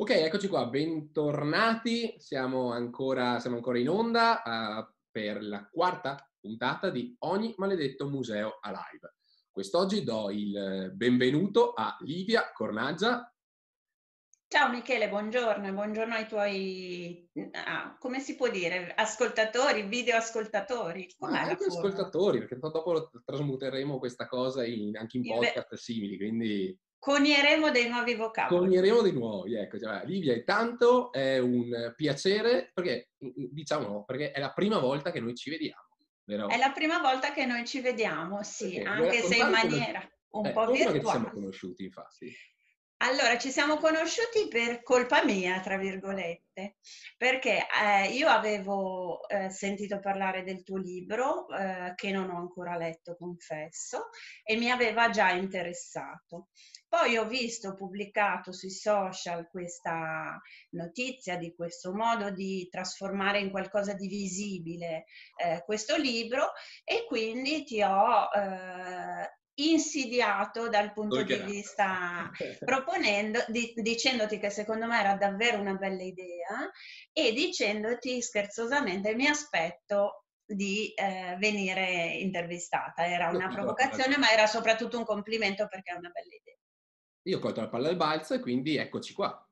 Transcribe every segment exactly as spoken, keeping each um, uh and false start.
Ok, eccoci qua, bentornati. Siamo ancora, siamo ancora in onda uh, per la quarta puntata di Ogni maledetto museo alive. Quest'oggi do il benvenuto a Livia Cornaggia. Ciao Michele, buongiorno e buongiorno ai tuoi, ah, come si può dire, ascoltatori, video ascoltatori. Ma Com'è la anche formula? ascoltatori, perché dopo lo trasmuteremo questa cosa in- anche in Inve- podcast simili, quindi Conieremo dei nuovi vocaboli. conieremo di nuovi. Ecco, cioè, Livia, intanto è un piacere, perché diciamo, perché è la prima volta che noi ci vediamo, È vero? la prima volta che noi ci vediamo, sì, Perché vuoi anche se in raccontare come, maniera un eh, po' come com'è che ci siamo virtuale. conosciuti, infatti? Allora, ci siamo conosciuti per colpa mia, tra virgolette, perché eh, io avevo eh, sentito parlare del tuo libro, eh, che non ho ancora letto, confesso, e mi aveva già interessato. Poi ho visto pubblicato sui social questa notizia di questo modo di trasformare in qualcosa di visibile eh, questo libro e quindi ti ho eh, insidiato dal punto di Stalkerato. vista proponendo, di, dicendoti che secondo me era davvero una bella idea e dicendoti scherzosamente mi aspetto di eh, venire intervistata. Era Io ho una colto la palla al provocazione, balzo. ma era soprattutto un complimento perché è una bella idea. Io ho colto la palla al balzo e quindi eccoci qua.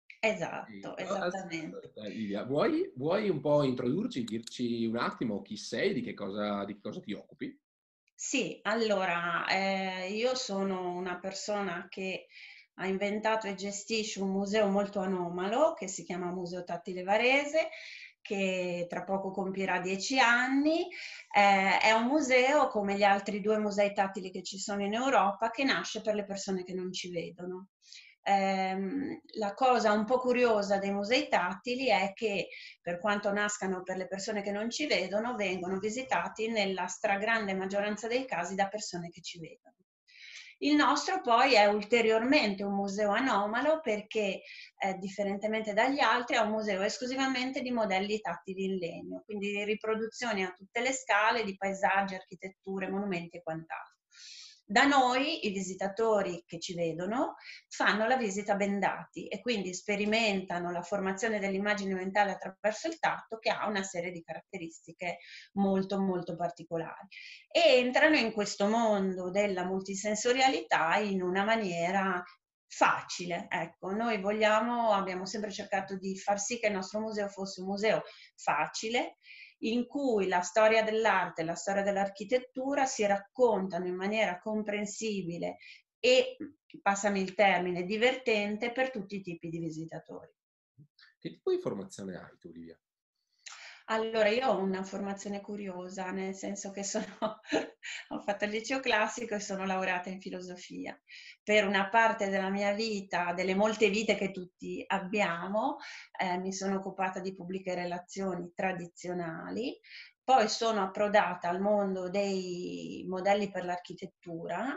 E- Esatto, però, esattamente. aspetta, Livia, vuoi, vuoi un po' introdurci, dirci un attimo chi sei, di che cosa, di che cosa ti occupi? Sì, allora, eh, io sono una persona che ha inventato e gestisce un museo molto anomalo che si chiama Museo Tattile Varese, che tra poco compirà dieci anni. Eh, è un museo come gli altri due musei tattili che ci sono in Europa, che nasce per le persone che non ci vedono. Ehm, la cosa un po' curiosa dei musei tattili è che per quanto nascano per le persone che non ci vedono, vengono visitati nella stragrande maggioranza dei casi da persone che ci vedono. Il nostro poi è ulteriormente un museo anomalo perché, eh, differentemente dagli altri, è un museo esclusivamente di modelli tattili in legno, quindi di riproduzioni a tutte le scale di paesaggi, architetture, monumenti e quant'altro. Da noi i visitatori che ci vedono fanno la visita bendati e quindi sperimentano la formazione dell'immagine mentale attraverso il tatto, che ha una serie di caratteristiche molto molto particolari, e entrano in questo mondo della multisensorialità in una maniera facile. Ecco, noi vogliamo, abbiamo sempre cercato di far sì che il nostro museo fosse un museo facile, in cui la storia dell'arte e la storia dell'architettura si raccontano in maniera comprensibile e, passami il termine, divertente per tutti i tipi di visitatori. Che tipo di formazione hai tu, Livia? Allora, io ho una formazione curiosa, nel senso che sono, ho fatto il liceo classico e sono laureata in filosofia. Per una parte della mia vita, delle molte vite che tutti abbiamo, eh, mi sono occupata di pubbliche relazioni tradizionali, poi sono approdata al mondo dei modelli per l'architettura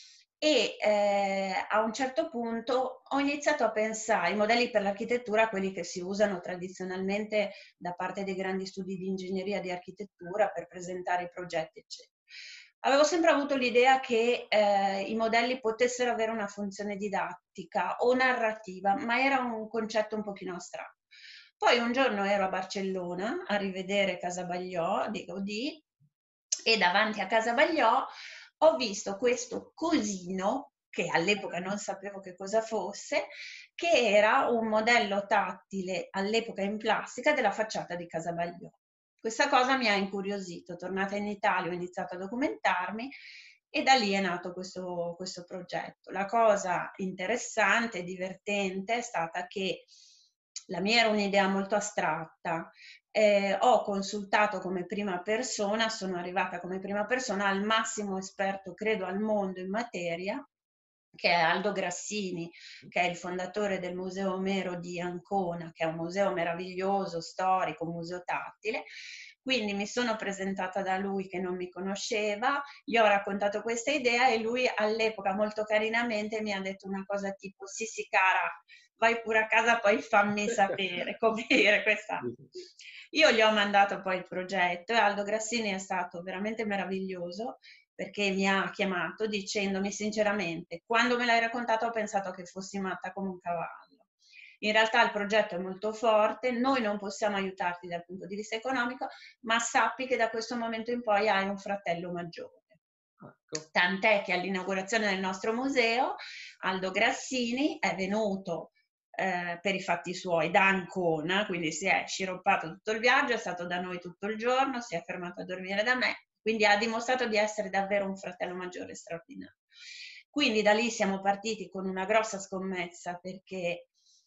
e eh, a un certo punto ho iniziato a pensare, i modelli per l'architettura, quelli che si usano tradizionalmente da parte dei grandi studi di ingegneria e di architettura per presentare i progetti, eccetera. Avevo sempre avuto l'idea che eh, i modelli potessero avere una funzione didattica o narrativa, ma era un concetto un pochino astratto. Poi un giorno ero a Barcellona a rivedere Casa Bagliò di Gaudì e davanti a Casa Bagliò ho visto questo cosino, che all'epoca non sapevo che cosa fosse, che era un modello tattile all'epoca in plastica della facciata di Casa Bagliò. Questa cosa mi ha incuriosito. Tornata in Italia ho iniziato a documentarmi e da lì è nato questo, questo progetto. La cosa interessante e divertente è stata che la mia era un'idea molto astratta. Eh, ho consultato come prima persona, sono arrivata come prima persona al massimo esperto, credo, al mondo in materia, che è Aldo Grassini, che è il fondatore del Museo Omero di Ancona, che è un museo meraviglioso, storico, museo tattile. Quindi mi sono presentata da lui che non mi conosceva, gli ho raccontato questa idea e lui all'epoca molto carinamente mi ha detto una cosa tipo: sì sì cara, vai pure a casa, poi fammi sapere, come dire questa. Io gli ho mandato poi il progetto e Aldo Grassini è stato veramente meraviglioso perché mi ha chiamato dicendomi sinceramente: quando me l'hai raccontato ho pensato che fossi matta come un cavallo. In realtà il progetto è molto forte, noi non possiamo aiutarti dal punto di vista economico, ma sappi che da questo momento in poi hai un fratello maggiore. Ecco. Tant'è che all'inaugurazione del nostro museo Aldo Grassini è venuto eh, per i fatti suoi da Ancona, quindi si è sciroppato tutto il viaggio, è stato da noi tutto il giorno, si è fermato a dormire da me, quindi ha dimostrato di essere davvero un fratello maggiore straordinario. Quindi da lì siamo partiti con una grossa scommessa, perché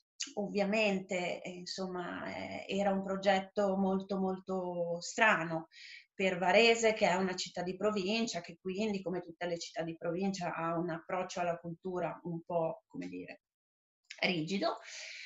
ovviamente eh, insomma eh, era un progetto molto molto strano per Varese, che è una città di provincia, che quindi come tutte le città di provincia ha un approccio alla cultura un po', come dire, rigido.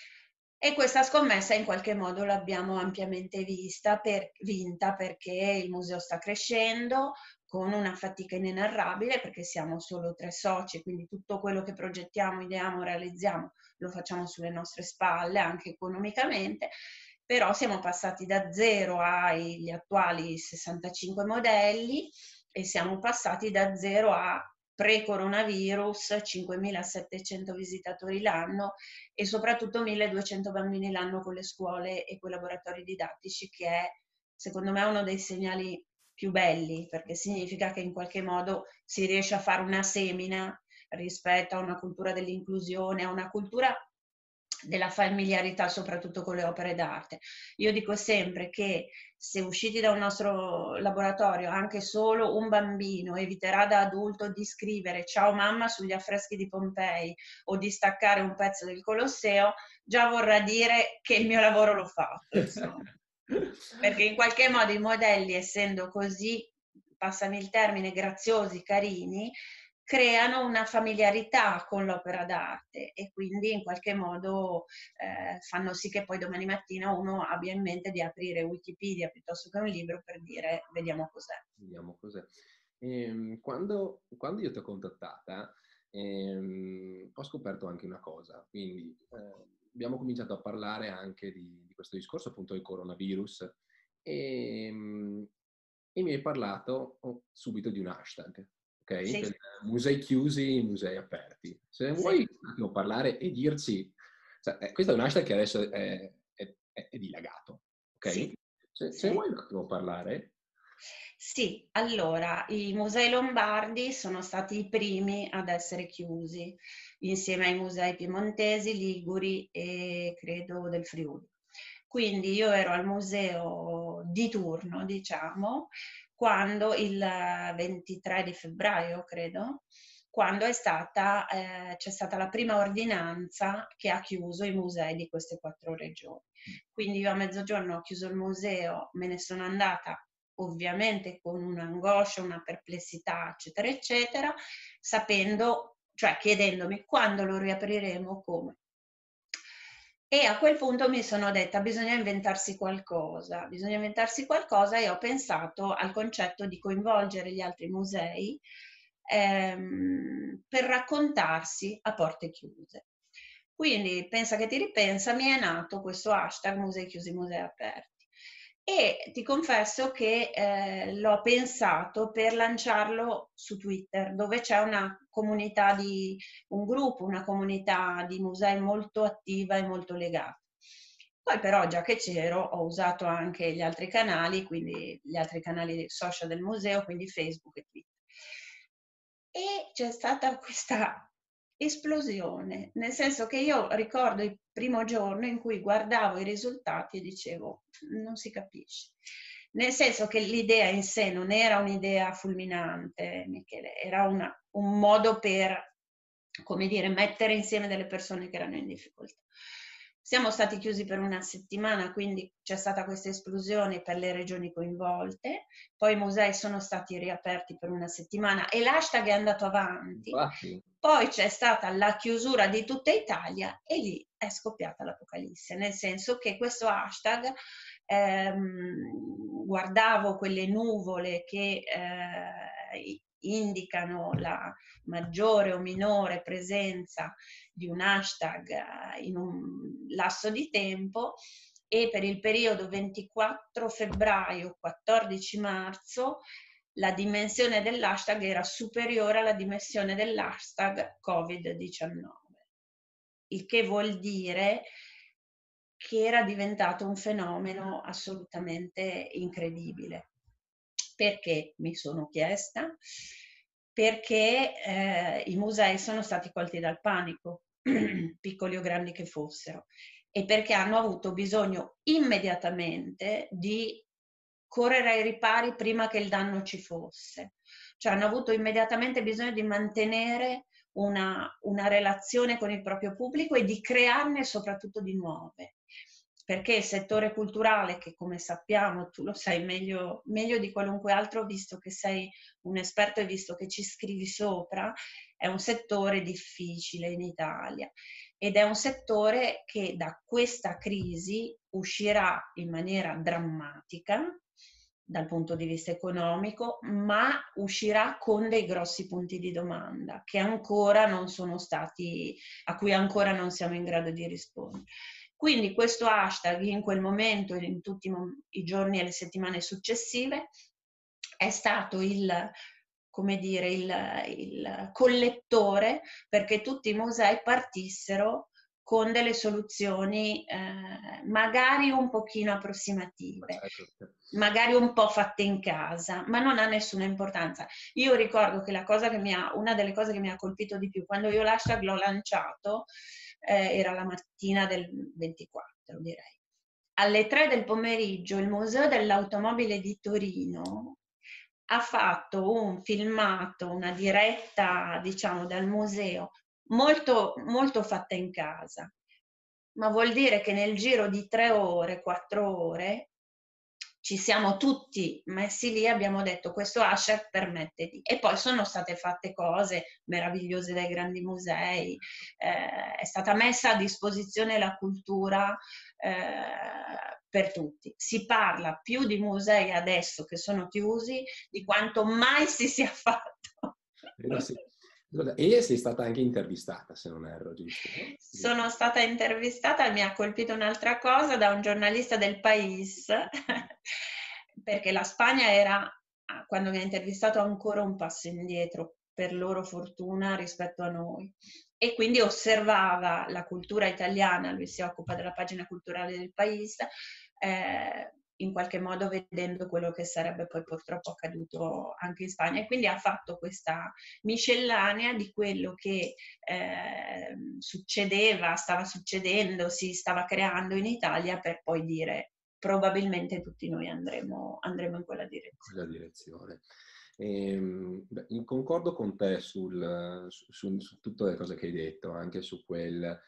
E questa scommessa in qualche modo l'abbiamo ampiamente vista per, vinta, perché il museo sta crescendo con una fatica inenarrabile, perché siamo solo tre soci, quindi tutto quello che progettiamo, ideiamo, realizziamo lo facciamo sulle nostre spalle, anche economicamente, però siamo passati da zero agli attuali sessantacinque modelli e siamo passati da zero a pre-coronavirus, cinquemilasettecento visitatori l'anno e soprattutto milleduecento bambini l'anno con le scuole e con i laboratori didattici, che è secondo me uno dei segnali più belli, perché significa che in qualche modo si riesce a fare una semina rispetto a una cultura dell'inclusione, a una cultura della familiarità soprattutto con le opere d'arte. Io dico sempre che se usciti da un nostro laboratorio anche solo un bambino eviterà da adulto di scrivere ciao mamma sugli affreschi di Pompei o di staccare un pezzo del Colosseo, già vorrà dire che il mio lavoro l'ho fatto, insomma. Perché in qualche modo i modelli, essendo così, passami il termine, graziosi, carini, creano una familiarità con l'opera d'arte e quindi in qualche modo eh, fanno sì che poi domani mattina uno abbia in mente di aprire Wikipedia piuttosto che un libro per dire vediamo cos'è. Vediamo cos'è. Ehm, quando, quando io ti ho contattata ehm, ho scoperto anche una cosa, quindi eh, abbiamo cominciato a parlare anche di, di questo discorso appunto del coronavirus e, e mi hai parlato oh, subito di un hashtag, ok? Sì, Del musei chiusi, musei aperti. Se sì, vuoi un attimo parlare e dirci, cioè, eh, questo è un hashtag che adesso è, è, è, è dilagato, ok? sì, Se, se sì. vuoi un attimo parlare. Sì, allora, i musei lombardi sono stati i primi ad essere chiusi, insieme ai musei piemontesi, liguri e credo del Friuli. Quindi io ero al museo di turno, diciamo, quando il ventitré di febbraio, credo, quando è stata, eh, c'è stata la prima ordinanza che ha chiuso i musei di queste quattro regioni. Quindi io a mezzogiorno ho chiuso il museo, me ne sono andata ovviamente con un'angoscia, una perplessità, eccetera, eccetera, sapendo, cioè chiedendomi quando lo riapriremo, come. E a quel punto mi sono detta bisogna inventarsi qualcosa, bisogna inventarsi qualcosa e ho pensato al concetto di coinvolgere gli altri musei ehm, per raccontarsi a porte chiuse. Quindi pensa che ti ripensa, mi è nato questo hashtag musei chiusi, musei aperti. E ti confesso che eh, l'ho pensato per lanciarlo su Twitter, dove c'è una comunità di un gruppo, una comunità di musei molto attiva e molto legata. Poi però, già che c'ero, ho usato anche gli altri canali, quindi gli altri canali social del museo, quindi Facebook e Twitter. E c'è stata questa esplosione, nel senso che io ricordo il primo giorno in cui guardavo i risultati e dicevo, non si capisce. Nel senso che l'idea in sé non era un'idea fulminante, Michele, era una, un modo per, come dire, mettere insieme delle persone che erano in difficoltà. Siamo stati chiusi per una settimana, quindi c'è stata questa esplosione per le regioni coinvolte, poi i musei sono stati riaperti per una settimana e l'hashtag è andato avanti, Infatti. poi c'è stata la chiusura di tutta Italia e lì è scoppiata l'apocalisse, nel senso che questo hashtag, ehm, guardavo quelle nuvole che eh, indicano la maggiore o minore presenza di un hashtag in un lasso di tempo e per il periodo ventiquattro febbraio quattordici marzo la dimensione dell'hashtag era superiore alla dimensione dell'hashtag covid diciannove, il che vuol dire che era diventato un fenomeno assolutamente incredibile. Perché, mi sono chiesta? Perché eh, i musei sono stati colti dal panico, piccoli o grandi che fossero, e perché hanno avuto bisogno immediatamente di correre ai ripari prima che il danno ci fosse. Cioè hanno avuto immediatamente bisogno di mantenere una, una relazione con il proprio pubblico e di crearne soprattutto di nuove. Perché il settore culturale, che come sappiamo, tu lo sai meglio, meglio di qualunque altro, visto che sei un esperto e visto che ci scrivi sopra, è un settore difficile in Italia ed è un settore che da questa crisi uscirà in maniera drammatica dal punto di vista economico, ma uscirà con dei grossi punti di domanda che ancora non sono stati, a cui ancora non siamo in grado di rispondere. Quindi questo hashtag in quel momento e in tutti i giorni e le settimane successive è stato il, come dire, il, il collettore perché tutti i musei partissero con delle soluzioni eh, magari un pochino approssimative, magari un po' fatte in casa, ma non ha nessuna importanza. Io ricordo che la cosa che mi ha, una delle cose che mi ha colpito di più quando io l'hashtag l'ho lanciato eh, era la mattina del ventiquattro, direi. Alle tre del pomeriggio il Museo dell'Automobile di Torino ha fatto un filmato, una diretta, diciamo, dal museo molto, molto fatta in casa, ma vuol dire che nel giro di tre ore, quattro ore, ci siamo tutti messi lì e abbiamo detto questo hashtag permette di... E poi sono state fatte cose meravigliose dai grandi musei, eh, è stata messa a disposizione la cultura eh, per tutti. Si parla più di musei adesso che sono chiusi di quanto mai si sia fatto. Eh, sì. E sei stata anche intervistata, se non erro, giusto? Sono stata intervistata e mi ha colpito un'altra cosa da un giornalista del País, perché la Spagna era, quando mi ha intervistato, ancora un passo indietro, per loro fortuna, rispetto a noi. E quindi osservava la cultura italiana, lui si occupa della pagina culturale del País, eh, in qualche modo vedendo quello che sarebbe poi purtroppo accaduto anche in Spagna. E quindi ha fatto questa miscellanea di quello che eh, succedeva, stava succedendo, si stava creando in Italia per poi dire probabilmente tutti noi andremo, andremo in quella direzione. Quella direzione. E, beh, concordo con te sul, su, su tutte le cose che hai detto, anche su quel,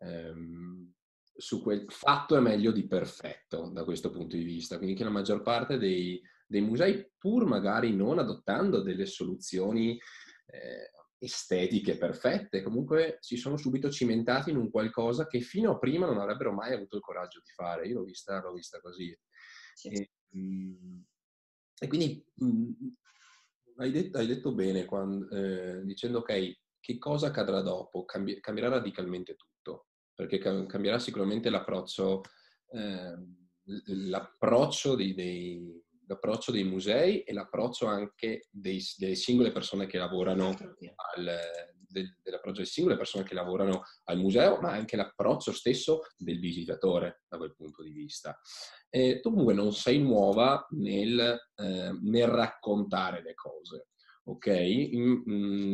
ehm, su quel fatto è meglio di perfetto da questo punto di vista, quindi che la maggior parte dei, dei musei, pur magari non adottando delle soluzioni eh, estetiche perfette, comunque si sono subito cimentati in un qualcosa che fino a prima non avrebbero mai avuto il coraggio di fare. Io l'ho vista, l'ho vista così. Sì. E, mh, e quindi mh, hai, detto, hai detto bene quando, eh, dicendo ok, che cosa accadrà dopo? Cambi- cambierà radicalmente tutto, perché cam- cambierà sicuramente l'approccio, eh, l'approccio dei, dei, l'approccio dei musei e l'approccio anche dei, delle singole persone che lavorano al, del, dell'approccio delle singole persone che lavorano al museo, ma anche l'approccio stesso del visitatore da quel punto di vista. E tu comunque non sei nuova nel, eh, nel raccontare le cose, ok? In,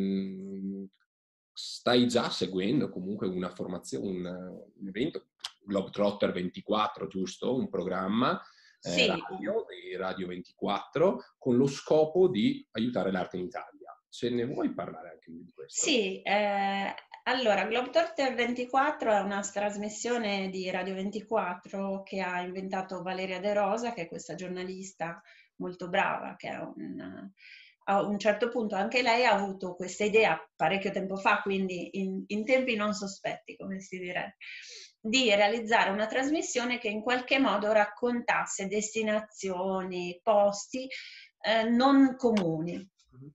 mm, stai già seguendo comunque una formazione, un, un evento, Globetrotter ventiquattro, giusto? Un programma eh, Sì. radio, di Radio ventiquattro, con lo scopo di aiutare l'arte in Italia. Ce ne vuoi parlare anche di questo? Sì, eh, allora Globetrotter ventiquattro è una trasmissione di Radio ventiquattro che ha inventato Valeria De Rosa, che è questa giornalista molto brava, che è un, a un certo punto anche lei ha avuto questa idea parecchio tempo fa, quindi in, in tempi non sospetti, come si direbbe, di realizzare una trasmissione che in qualche modo raccontasse destinazioni, posti eh, non comuni.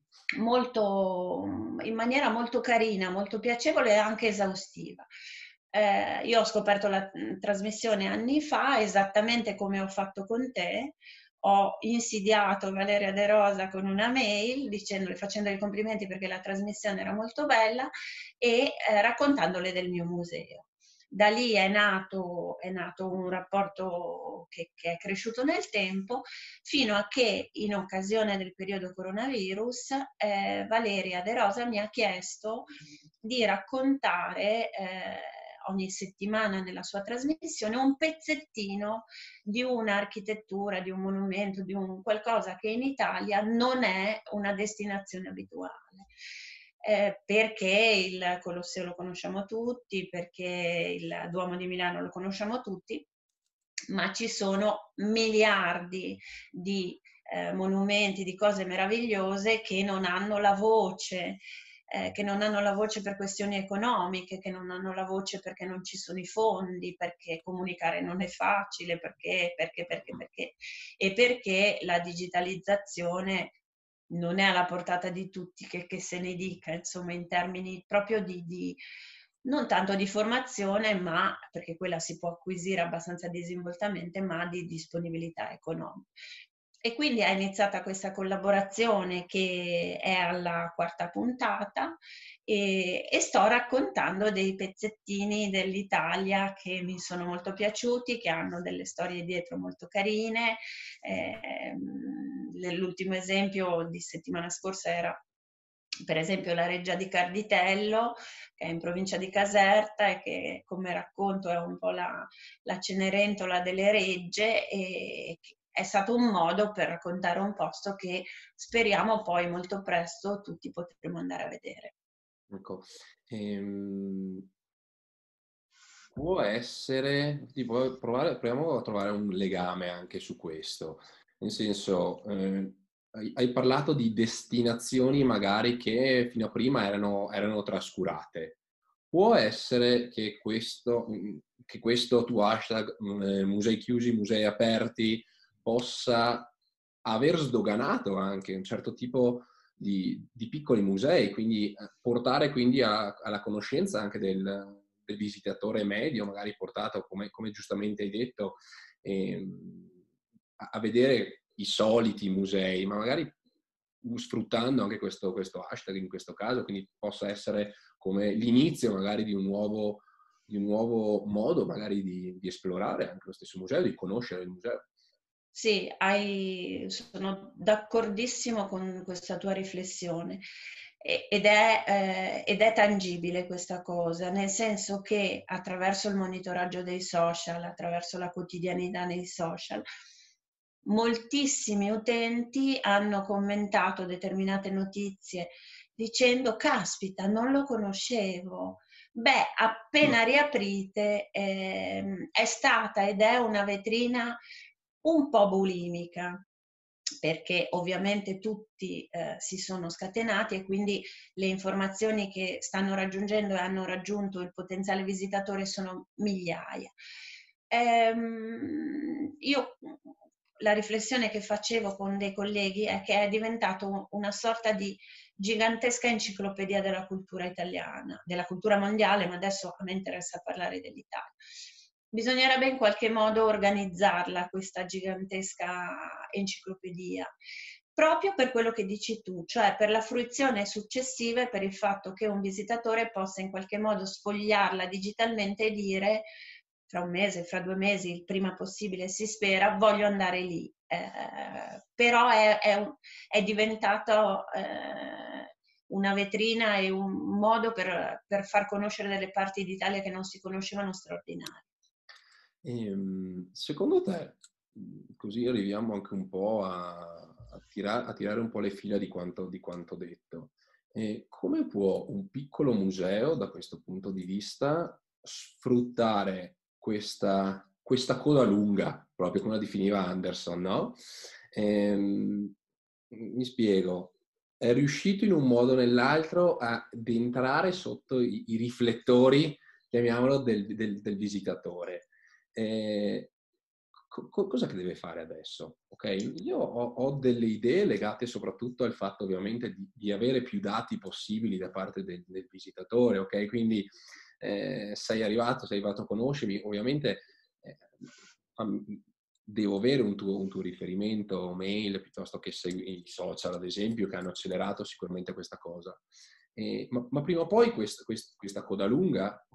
Molto, in maniera molto carina, molto piacevole e anche esaustiva. Eh, io ho scoperto la mh, trasmissione anni fa, esattamente come ho fatto con te. Ho insidiato Valeria De Rosa con una mail dicendole, facendole i complimenti perché la trasmissione era molto bella e eh, raccontandole del mio museo. Da lì è nato, è nato un rapporto che, che è cresciuto nel tempo, fino a che in occasione del periodo coronavirus eh, Valeria De Rosa mi ha chiesto di raccontare eh, ogni settimana nella sua trasmissione un pezzettino di un'architettura, di un monumento, di un qualcosa che in Italia non è una destinazione abituale. Eh, perché il Colosseo lo conosciamo tutti, perché il Duomo di Milano lo conosciamo tutti, ma ci sono miliardi di eh, monumenti, di cose meravigliose che non hanno la voce, eh, che non hanno la voce per questioni economiche, che non hanno la voce perché non ci sono i fondi, perché comunicare non è facile, perché, perché, perché, perché, e perché la digitalizzazione non è alla portata di tutti, che, che se ne dica, insomma, in termini proprio di, di non tanto di formazione, ma perché quella si può acquisire abbastanza disinvoltamente, ma di disponibilità economica. E quindi è iniziata questa collaborazione che è alla quarta puntata e, e sto raccontando dei pezzettini dell'Italia che mi sono molto piaciuti, che hanno delle storie dietro molto carine. Eh, l'ultimo esempio di settimana scorsa era per esempio la Reggia di Carditello, che è in provincia di Caserta e che come racconto è un po' la, la Cenerentola delle regge, e è stato un modo per raccontare un posto che speriamo poi molto presto tutti potremo andare a vedere. Ecco, ehm, può essere, tipo, provare, proviamo a trovare un legame anche su questo, nel senso, eh, hai, hai parlato di destinazioni magari che fino a prima erano, erano trascurate. Può essere che questo, che questo tuo hashtag, eh, musei chiusi, musei aperti, possa aver sdoganato anche un certo tipo di, di piccoli musei, quindi eh, portare quindi a- alla conoscenza anche del, del visitatore medio, magari portato, come, come giustamente hai detto, ehm, a, a vedere i soliti musei, ma magari sfruttando anche questo, questo hashtag in questo caso, quindi possa essere come l'inizio magari di un nuovo, di un nuovo modo magari di, di esplorare anche lo stesso museo, di conoscere il museo. Sì, hai, sono d'accordissimo con questa tua riflessione ed è, eh, ed è tangibile questa cosa, nel senso che attraverso il monitoraggio dei social, attraverso la quotidianità nei social, moltissimi utenti hanno commentato determinate notizie dicendo: caspita, non lo conoscevo. Beh, appena riaprite, ehm, è stata ed è una vetrina un po' bulimica, perché ovviamente tutti eh, si sono scatenati e quindi le informazioni che stanno raggiungendo e hanno raggiunto il potenziale visitatore sono migliaia. Ehm, io la riflessione che facevo con dei colleghi è che è diventato una sorta di gigantesca enciclopedia della cultura italiana, della cultura mondiale, ma adesso a me interessa parlare dell'Italia. Bisognerebbe in qualche modo organizzarla, questa gigantesca enciclopedia, proprio per quello che dici tu, cioè per la fruizione successiva e per il fatto che un visitatore possa in qualche modo sfogliarla digitalmente e dire: fra un mese, fra due mesi, il prima possibile si spera, voglio andare lì. Eh, però è, è, un, è diventato eh, una vetrina e un modo per, per far conoscere delle parti d'Italia che non si conoscevano straordinarie. Ehm, secondo te, così arriviamo anche un po' a, a, tira- a tirare un po' le fila di quanto, di quanto detto, eh, come può un piccolo museo, da questo punto di vista, sfruttare questa, questa coda lunga, proprio come la definiva Anderson, no? Ehm, mi spiego, è riuscito in un modo o nell'altro ad entrare sotto i, i riflettori, chiamiamolo, del, del, del visitatore. Eh, co- cosa che deve fare adesso? Okay? Io ho, ho delle idee legate soprattutto al fatto ovviamente di, di avere più dati possibili da parte del, del visitatore, ok? Quindi eh, sei arrivato, sei arrivato a conoscermi, ovviamente eh, devo avere un tuo, un tuo riferimento mail piuttosto che i social, ad esempio, che hanno accelerato sicuramente questa cosa. Eh, ma, ma prima o poi questa, questa, questa coda lunga, ok,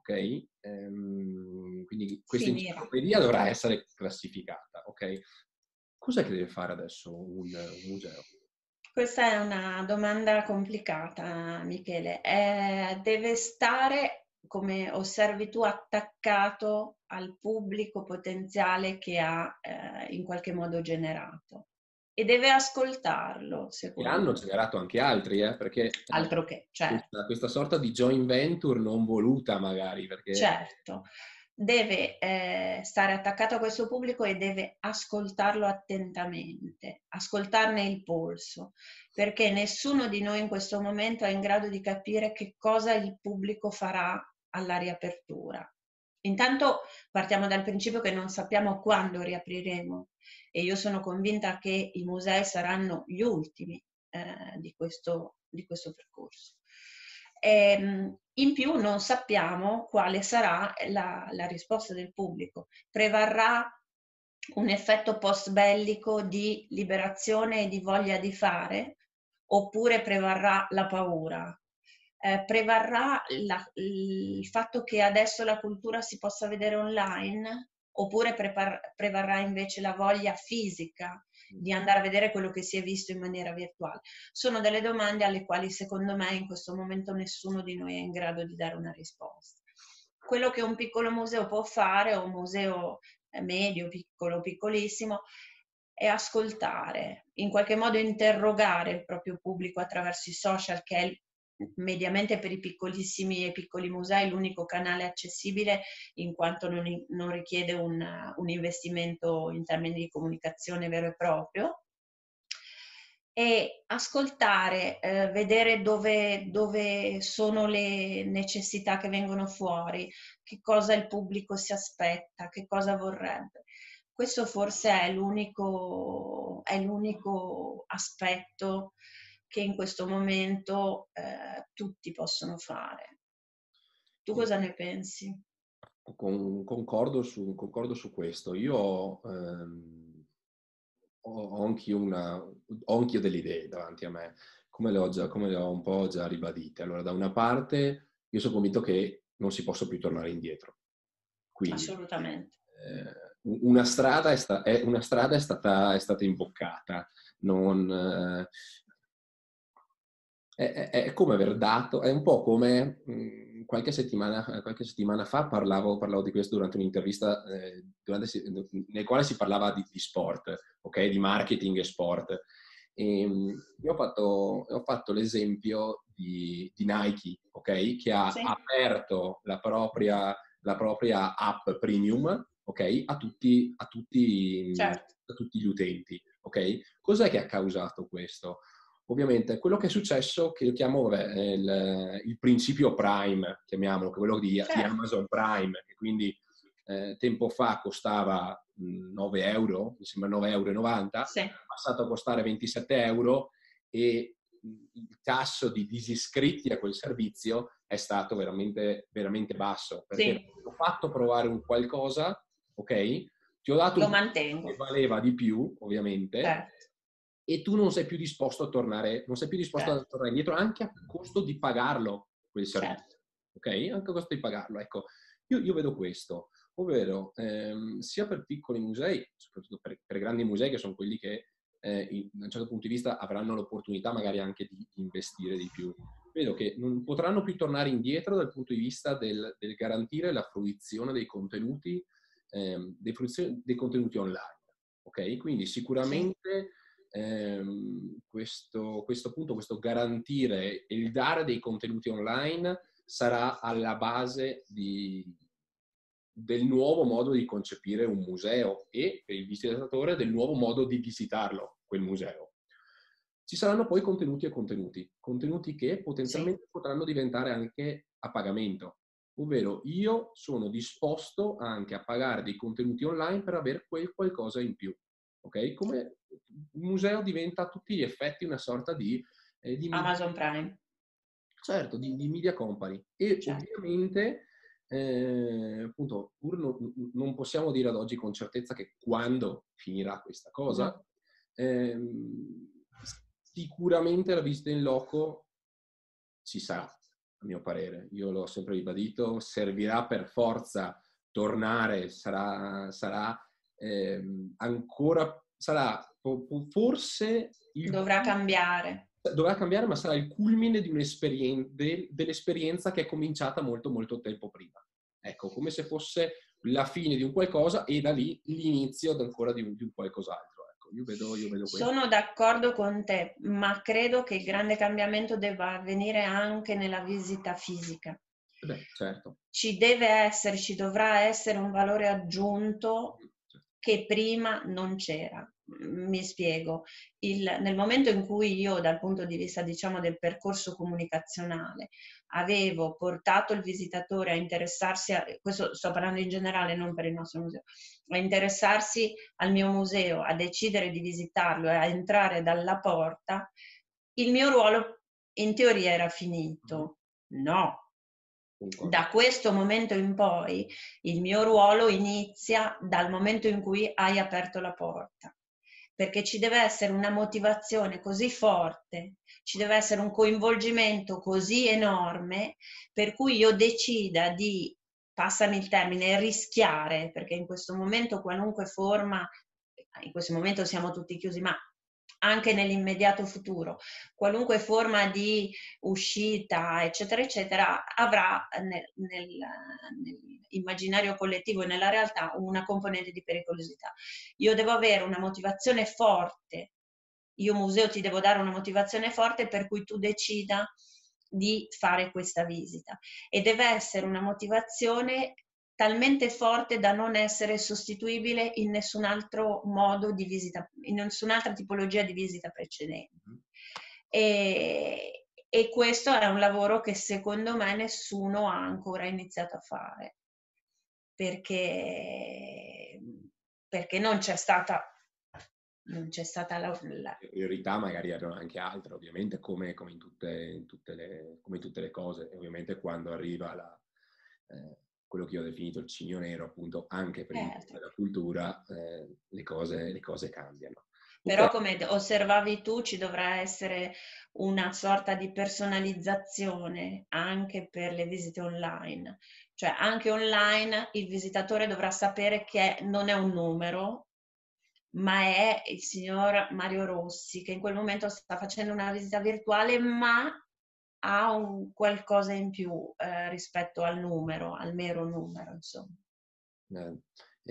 ok? Ehm, quindi questa Finire. enciclopedia dovrà essere classificata, ok? Cos'è che deve fare adesso un, un museo? Questa è una domanda complicata, Michele. Eh, deve stare, come osservi tu, attaccato al pubblico potenziale che ha eh, in qualche modo generato e deve ascoltarlo, E secondo hanno me. generato anche altri, eh, perché eh, Altro che, certo. questa, questa sorta di joint venture non voluta magari, perché Certo, deve eh, stare attaccato a questo pubblico e deve ascoltarlo attentamente, ascoltarne il polso, perché nessuno di noi in questo momento è in grado di capire che cosa il pubblico farà alla riapertura. Intanto partiamo dal principio che non sappiamo quando riapriremo e io sono convinta che i musei saranno gli ultimi eh, di questo, di questo percorso. E, in più non sappiamo quale sarà la, la risposta del pubblico. Prevarrà un effetto post bellico di liberazione e di voglia di fare, oppure prevarrà la paura? Eh, prevarrà la, il fatto che adesso la cultura si possa vedere online, oppure prepar- prevarrà invece la voglia fisica di andare a vedere quello che si è visto in maniera virtuale? Sono delle domande alle quali secondo me in questo momento nessuno di noi è in grado di dare una risposta. Quello che un piccolo museo può fare, o un museo medio, piccolo, piccolissimo, è ascoltare, in qualche modo interrogare il proprio pubblico attraverso i social, che è mediamente per i piccolissimi e piccoli musei l'unico canale accessibile, in quanto non, non richiede un, un investimento in termini di comunicazione vero e proprio. E ascoltare, eh, vedere dove, dove sono le necessità che vengono fuori, che cosa il pubblico si aspetta, che cosa vorrebbe. Questo forse è l'unico, è l'unico aspetto che in questo momento eh, tutti possono fare. Tu eh, cosa ne pensi? con- concordo su, concordo su questo. Io ehm, ho, ho anch'io una, ho anch'io delle idee davanti a me, come le ho già, come le ho un po' già ribadite. Allora, da una parte, io sono convinto che non si possa più tornare indietro. Quindi, Assolutamente. eh, una strada è, sta- è- una strada è stata, è stata imboccata. Non, eh, è, è- è come aver dato, è un po' come mh, qualche settimana, qualche settimana fa parlavo, parlavo di questo durante un'intervista eh, durante, nel quale si parlava di, di sport, ok? Di marketing e sport. E, mh, io ho fatto, ho fatto l'esempio di, di Nike, ok? Che ha Sì, aperto la propria, la propria app premium, ok? A tutti, a tutti, certo, a tutti gli utenti, ok? Cos'è che ha causato questo? Ovviamente quello che è successo, che io chiamo vabbè, il, il principio Prime, chiamiamolo, che è quello di, di certo, Amazon Prime, che quindi eh, tempo fa costava mh, nove euro, mi sembra nove e novanta euro, sì, è passato a costare ventisette euro e mh, il tasso di disiscritti a quel servizio è stato veramente, veramente basso, perché sì, ti ho fatto provare un qualcosa, ok? Ti ho dato lo un qualcosa che mantengo, valeva di più, ovviamente, certo, e tu non sei più disposto a tornare, non sei più disposto a certo, tornare indietro anche a costo di pagarlo quel certo. servizio, ok? Anche a costo di pagarlo. Ecco, io, io vedo questo, ovvero ehm, sia per piccoli musei, soprattutto per, per grandi musei che sono quelli che eh, in, da un certo punto di vista avranno l'opportunità magari anche di, di investire di più. Vedo che non potranno più tornare indietro dal punto di vista del, del garantire la fruizione dei contenuti, ehm, dei, fruizione, dei contenuti online. Ok? Quindi Sì, sicuramente ehm, questo, questo punto, questo garantire e il dare dei contenuti online sarà alla base di, del nuovo modo di concepire un museo e per il visitatore del nuovo modo di visitarlo, quel museo. Ci saranno poi contenuti e contenuti, contenuti che sì, potenzialmente potranno diventare anche a pagamento, ovvero io sono disposto anche a pagare dei contenuti online per avere quel qualcosa in più. Ok? Come il museo diventa a tutti gli effetti una sorta di, eh, di media, Amazon Prime, certo, di, di media company. E certo. ovviamente, eh, appunto, pur non, non possiamo dire ad oggi con certezza che quando finirà questa cosa, No, ehm, sicuramente la visita in loco ci sarà. a mio parere. Io l'ho sempre ribadito, servirà per forza tornare, sarà, sarà ehm, ancora, sarà forse il Dovrà cambiare. dovrà cambiare, ma sarà il culmine di un'esperienza, de, dell'esperienza che è cominciata molto molto tempo prima. Ecco, come se fosse la fine di un qualcosa e da lì l'inizio ancora di un, di un qualcos'altro. Ecco, io vedo, io vedo questo. Sono d'accordo con te, ma credo che il grande cambiamento debba avvenire anche nella visita fisica. Beh, certo. Ci deve essere, ci dovrà essere un valore aggiunto che prima non c'era. Mi spiego. Il, nel momento in cui io, dal punto di vista, diciamo, del percorso comunicazionale, avevo portato il visitatore a interessarsi, a, questo sto parlando in generale, non per il nostro museo, a interessarsi al mio museo, a decidere di visitarlo e a entrare dalla porta, il mio ruolo in teoria era finito. No. Da questo momento in poi il mio ruolo inizia dal momento in cui hai aperto la porta, perché ci deve essere una motivazione così forte, ci deve essere un coinvolgimento così enorme per cui io decida di, passami il termine, rischiare, perché in questo momento qualunque forma, in questo momento siamo tutti chiusi, ma anche nell'immediato futuro, qualunque forma di uscita, eccetera, eccetera, avrà nel, nel, nell'immaginario collettivo e nella realtà una componente di pericolosità. Io devo avere una motivazione forte, io museo ti devo dare una motivazione forte per cui tu decida di fare questa visita e deve essere una motivazione talmente forte da non essere sostituibile in nessun altro modo di visita, in nessun'altra tipologia di visita precedente. E, e questo è un lavoro che secondo me nessuno ha ancora iniziato a fare, perché, perché non c'è stata non c'è stata la, la... priorità, magari erano anche altre, ovviamente, come, come, in tutte, in tutte le, come in tutte le cose. E ovviamente quando arriva la, eh, quello che io ho definito il cigno nero, appunto, anche per il mondo della cultura, eh, le, cose, le cose cambiano. Però Okay. come osservavi tu, ci dovrà essere una sorta di personalizzazione anche per le visite online. Cioè anche online il visitatore dovrà sapere che non è un numero, ma è il signor Mario Rossi che in quel momento sta facendo una visita virtuale, ma ha un qualcosa in più eh, rispetto al numero, al mero numero, insomma. Eh,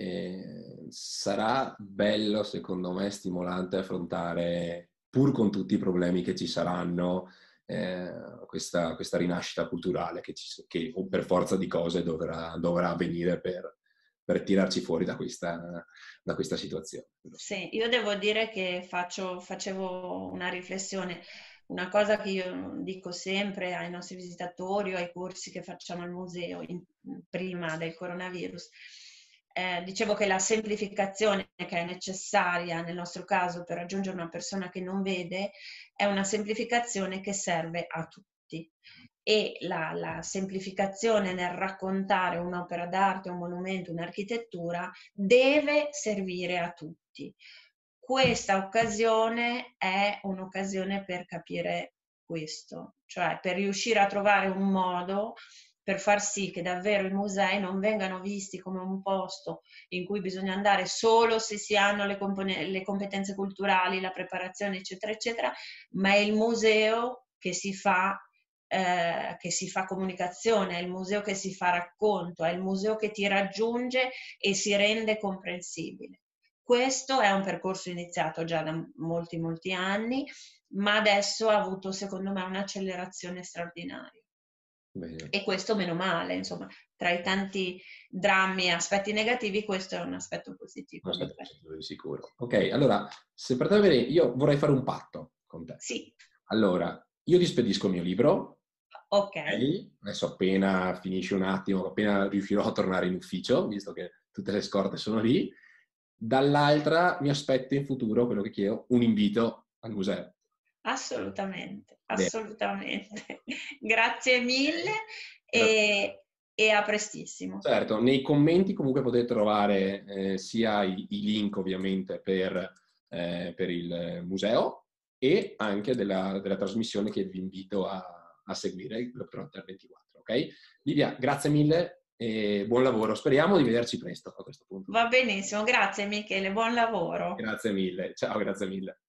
eh, sarà bello, secondo me, stimolante affrontare, pur con tutti i problemi che ci saranno, eh, questa, questa rinascita culturale che, ci, che per forza di cose dovrà, dovrà avvenire per, per tirarci fuori da questa, da questa situazione. Sì, io devo dire che faccio, facevo una riflessione, una cosa che io dico sempre ai nostri visitatori o ai corsi che facciamo al museo in, prima del coronavirus. Eh, dicevo che la semplificazione che è necessaria nel nostro caso per raggiungere una persona che non vede è una semplificazione che serve a tutti. E la, la semplificazione nel raccontare un'opera d'arte, un monumento, un'architettura deve servire a tutti. Questa occasione è un'occasione per capire questo, cioè per riuscire a trovare un modo per far sì che davvero i musei non vengano visti come un posto in cui bisogna andare solo se si hanno le, le competenze culturali, la preparazione, eccetera, eccetera, ma è il museo che si fa Eh, che si fa comunicazione, è il museo che si fa racconto, è il museo che ti raggiunge e si rende comprensibile. Questo è un percorso iniziato già da molti, molti anni, ma adesso ha avuto, secondo me, un'accelerazione straordinaria. Bene. E questo meno male, insomma, tra i tanti drammi e aspetti negativi, questo è un aspetto positivo. Un aspetto positivo di sicuro. Ok, allora, se per te bene, io vorrei fare un patto con te. Sì. Allora, io ti spedisco il mio libro. Ok. Okay. Adesso appena finisce un attimo, appena riuscirò a tornare in ufficio, visto che tutte le scorte sono lì. Dall'altra mi aspetto in futuro, quello che chiedo, un invito al museo. Assolutamente, assolutamente. Grazie mille e, e a prestissimo. Certo, nei commenti comunque potete trovare eh, sia i, i link ovviamente per, eh, per il museo e anche della, della trasmissione che vi invito a, a seguire il Globetrotter ventiquattro, ok? Livia, grazie mille e buon lavoro. Speriamo di vederci presto a questo punto. Va benissimo, grazie Michele, buon lavoro. Grazie mille. Ciao, grazie mille.